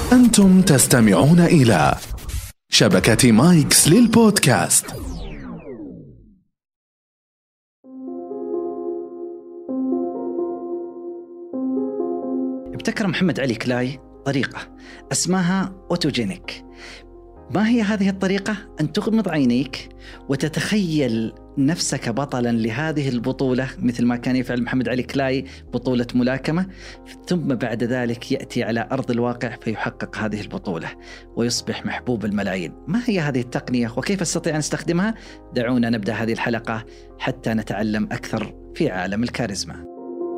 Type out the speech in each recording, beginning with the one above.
أنتم تستمعون إلى شبكة مايكس للبودكاست. ابتكر محمد علي كلاي طريقة اسمها أوتوجينيك. ما هي هذه الطريقة؟ أن تغمض عينيك وتتخيل نفسك بطلا لهذه البطولة، مثل ما كان يفعل محمد علي كلاي بطولة ملاكمة، ثم بعد ذلك يأتي على أرض الواقع فيحقق هذه البطولة ويصبح محبوب الملايين. ما هي هذه التقنية وكيف استطيع أن استخدمها؟ دعونا نبدأ هذه الحلقة حتى نتعلم أكثر في عالم الكاريزما.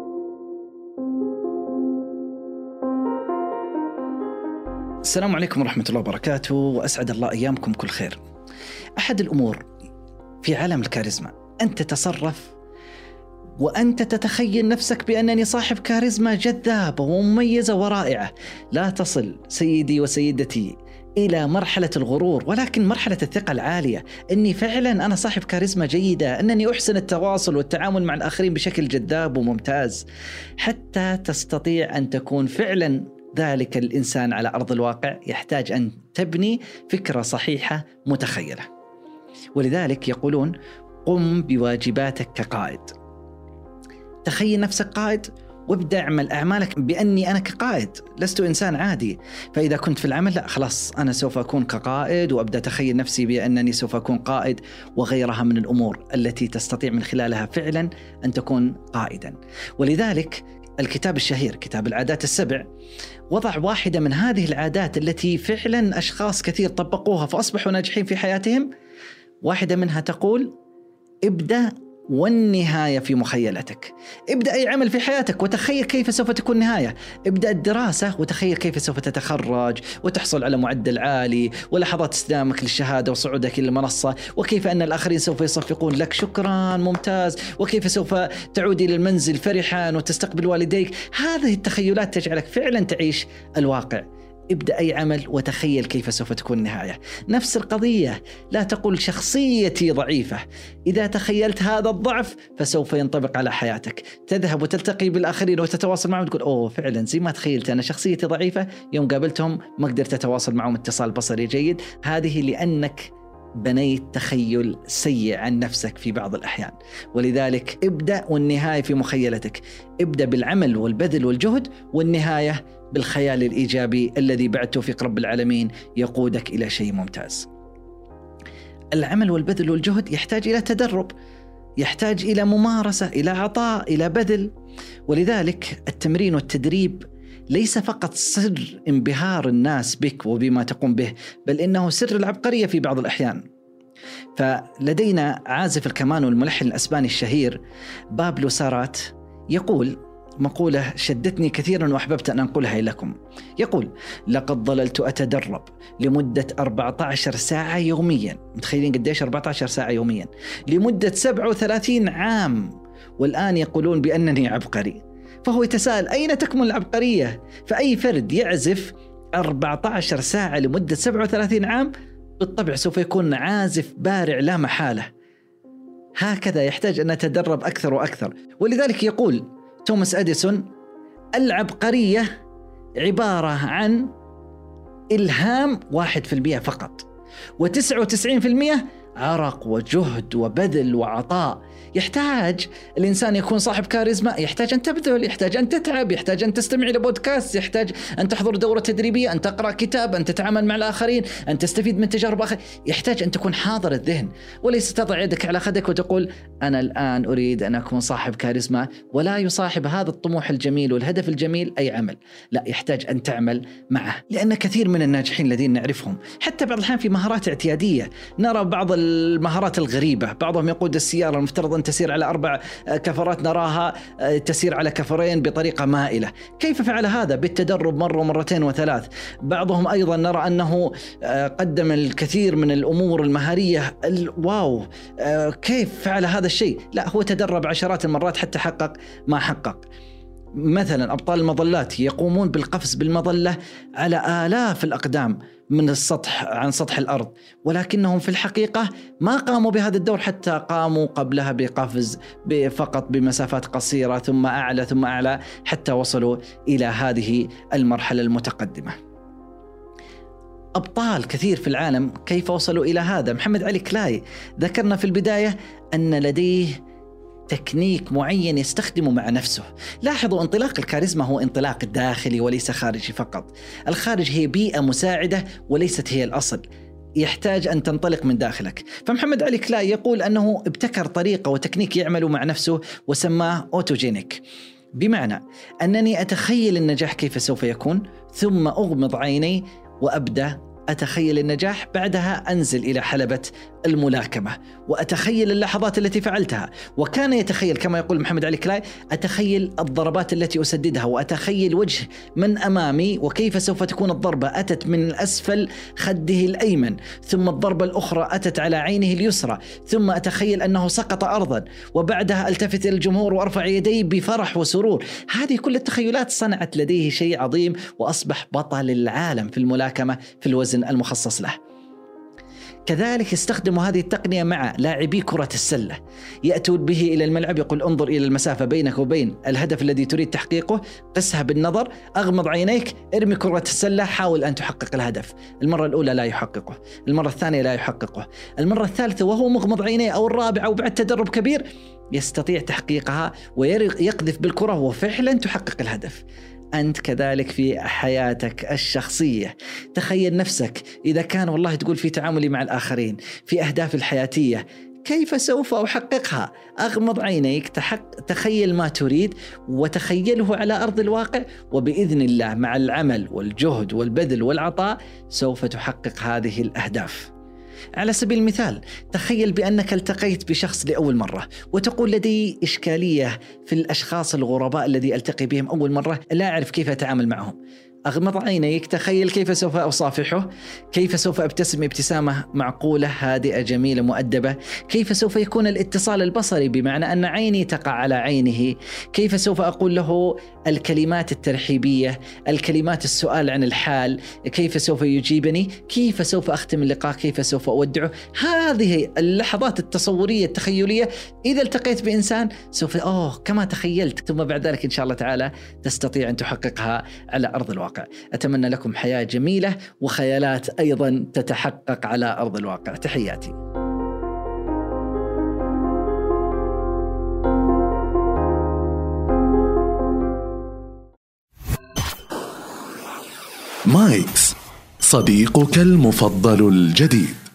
السلام عليكم ورحمة الله وبركاته، وأسعد الله أيامكم كل خير. أحد الأمور في عالم الكاريزما أن تتصرف وأنت تتخيل نفسك بأنني صاحب كاريزما جذابة ومميزة ورائعة. لا تصل سيدي وسيدتي إلى مرحلة الغرور، ولكن مرحلة الثقة العالية، أني فعلا أنا صاحب كاريزما جيدة، أنني أحسن التواصل والتعامل مع الآخرين بشكل جذاب وممتاز، حتى تستطيع أن تكون فعلا ذلك الإنسان على أرض الواقع. يحتاج أن تبني فكرة صحيحة متخيلة، ولذلك يقولون قم بواجباتك كقائد. تخيل نفسك قائد وابدأ اعمل أعمالك بأني أنا كقائد، لست إنسان عادي. فإذا كنت في العمل، لا خلاص أنا سوف أكون كقائد، وأبدأ أتخيل نفسي بأنني سوف أكون قائد، وغيرها من الأمور التي تستطيع من خلالها فعلا أن تكون قائدا. ولذلك الكتاب الشهير كتاب العادات السبع وضع واحدة من هذه العادات التي فعلا أشخاص كثير طبقوها فأصبحوا ناجحين في حياتهم. واحدة منها تقول: ابدأ والنهاية في مخيلتك. ابدأ أي عمل في حياتك وتخيل كيف سوف تكون نهاية. ابدأ الدراسة وتخيل كيف سوف تتخرج وتحصل على معدل عالي، ولحظات استلامك للشهادة وصعودك إلى المنصة، وكيف أن الآخرين سوف يصفقون لك شكرا ممتاز، وكيف سوف تعود إلى المنزل فرحا وتستقبل والديك. هذه التخيلات تجعلك فعلا تعيش الواقع. ابدأ أي عمل وتخيل كيف سوف تكون النهاية. نفس القضية، لا تقول شخصيتي ضعيفة. إذا تخيلت هذا الضعف فسوف ينطبق على حياتك. تذهب وتلتقي بالآخرين وتتواصل معهم وتقول: أوه فعلا زي ما تخيلت أنا شخصيتي ضعيفة، يوم قابلتهم ما قدرت أتواصل معهم اتصال بصري جيد. هذه لأنك بنيت تخيل سيء عن نفسك في بعض الأحيان. ولذلك ابدأ والنهاية في مخيلتك. ابدأ بالعمل والبذل والجهد، والنهاية بالخيال الإيجابي الذي بعد توفيق رب العالمين يقودك إلى شيء ممتاز. العمل والبذل والجهد يحتاج إلى تدرب، يحتاج إلى ممارسة، إلى عطاء، إلى بذل. ولذلك التمرين والتدريب ليس فقط سر انبهار الناس بك وبما تقوم به، بل إنه سر العبقرية في بعض الأحيان. فلدينا عازف الكمان والملحن الأسباني الشهير بابلو سارات يقول مقولة شدتني كثيرا وأحببت أن أنقلها لكم. يقول: لقد ظللت أتدرب لمدة 14 ساعة يوميا. متخيلين قديش 14 ساعة يوميا؟ لمدة 37 عام، والآن يقولون بأنني عبقري. فهو يتساءل أين تكمن العبقرية؟ فأي فرد يعزف 14 ساعة لمدة 37 عام بالطبع سوف يكون عازف بارع لا محالة. هكذا يحتاج أن نتدرب أكثر وأكثر. ولذلك يقول توماس أديسون: العبقرية عبارة عن إلهام 1% فقط، و99% عرق وجهد وبذل وعطاء. يحتاج الإنسان يكون صاحب كاريزما، يحتاج أن تبذل، يحتاج أن تتعب، يحتاج أن تستمع إلى بودكاست، يحتاج أن تحضر دورة تدريبية، أن تقرأ كتاب، أن تتعامل مع الآخرين، أن تستفيد من تجارب آخر. يحتاج أن تكون حاضر الذهن، وليس تضع يدك على خدك وتقول أنا الآن أريد أن أكون صاحب كاريزما، ولا يصاحب هذا الطموح الجميل والهدف الجميل أي عمل. لا، يحتاج أن تعمل معه. لأن كثير من الناجحين الذين نعرفهم حتى بعض الأحيان في مهارات اعتيادية، نرى بعض المهارات الغريبة. بعضهم يقود السيارة المفترض أن تسير على 4 كفرات، نراها تسير على كفرين بطريقة مائلة. كيف فعل هذا؟ بالتدرب مرة ومرتين وثلاث. بعضهم أيضا نرى أنه قدم الكثير من الأمور المهارية واو، كيف فعل هذا الشيء؟ لا، هو تدرب عشرات المرات حتى حقق ما حقق. مثلا أبطال المظلات يقومون بالقفز بالمظلة على آلاف الأقدام من السطح عن سطح الأرض، ولكنهم في الحقيقة ما قاموا بهذا الدور، حتى قاموا قبلها بقفز فقط بمسافات قصيرة ثم أعلى ثم أعلى حتى وصلوا إلى هذه المرحلة المتقدمة. أبطال كثير في العالم كيف وصلوا إلى هذا. محمد علي كلاي ذكرنا في البداية أن لديه تكنيك معين يستخدمه مع نفسه. لاحظوا انطلاق الكاريزما هو انطلاق داخلي وليس خارجي فقط. الخارج هي بيئة مساعدة وليست هي الأصل، يحتاج أن تنطلق من داخلك. فمحمد علي كلاي يقول أنه ابتكر طريقة وتكنيك يعمل مع نفسه وسماه أوتوجينيك، بمعنى أنني أتخيل النجاح كيف سوف يكون، ثم أغمض عيني وأبدأ أتخيل النجاح، بعدها أنزل إلى حلبة الملاكمة وأتخيل اللحظات التي فعلتها. وكان يتخيل كما يقول محمد علي كلاي: أتخيل الضربات التي أسددها، وأتخيل وجه من أمامي وكيف سوف تكون الضربة أتت من الأسفل خده الأيمن، ثم الضربة الأخرى أتت على عينه اليسرى، ثم أتخيل أنه سقط أرضا، وبعدها ألتفت إلى الجمهور وأرفع يدي بفرح وسرور. هذه كل التخيلات صنعت لديه شيء عظيم، وأصبح بطل العالم في الملاكمة في الوزن المخصص له. كذلك استخدموا هذه التقنية مع لاعبي كرة السلة، يأتون به إلى الملعب، يقول: انظر إلى المسافة بينك وبين الهدف الذي تريد تحقيقه، قسها بالنظر، أغمض عينيك، ارمي كرة السلة، حاول أن تحقق الهدف. المرة الأولى لا يحققه، المرة الثانية لا يحققه، المرة الثالثة وهو مغمض عينيه أو الرابعة وبعد تدرب كبير يستطيع تحقيقها ويقذف بالكرة وفعلا تحقق الهدف. أنت كذلك في حياتك الشخصية، تخيل نفسك إذا كان والله تقول في تعاملي مع الآخرين، في أهدافي الحياتية، كيف سوف أحققها؟ أغمض عينيك، تخيل ما تريد وتخيله على أرض الواقع، وبإذن الله مع العمل والجهد والبذل والعطاء سوف تحقق هذه الأهداف. على سبيل المثال، تخيل بأنك التقيت بشخص لأول مرة وتقول: لدي إشكالية في الأشخاص الغرباء الذي ألتقي بهم أول مرة، لا أعرف كيف أتعامل معهم. أغمض عينيك، تخيل كيف سوف أصافحه، كيف سوف أبتسم ابتسامة معقولة هادئة جميلة مؤدبة، كيف سوف يكون الاتصال البصري بمعنى أن عيني تقع على عينه، كيف سوف أقول له الكلمات الترحيبية، الكلمات السؤال عن الحال، كيف سوف يجيبني، كيف سوف أختم اللقاء، كيف سوف أودعه. هذه اللحظات التصورية التخيلية إذا التقيت بإنسان سوف كما تخيلت، ثم بعد ذلك إن شاء الله تعالى تستطيع أن تحققها على أرض الواقع. أتمنى لكم حياة جميلة وخيالات أيضا تتحقق على أرض الواقع. تحياتي. مايكس، صديقك المفضل الجديد.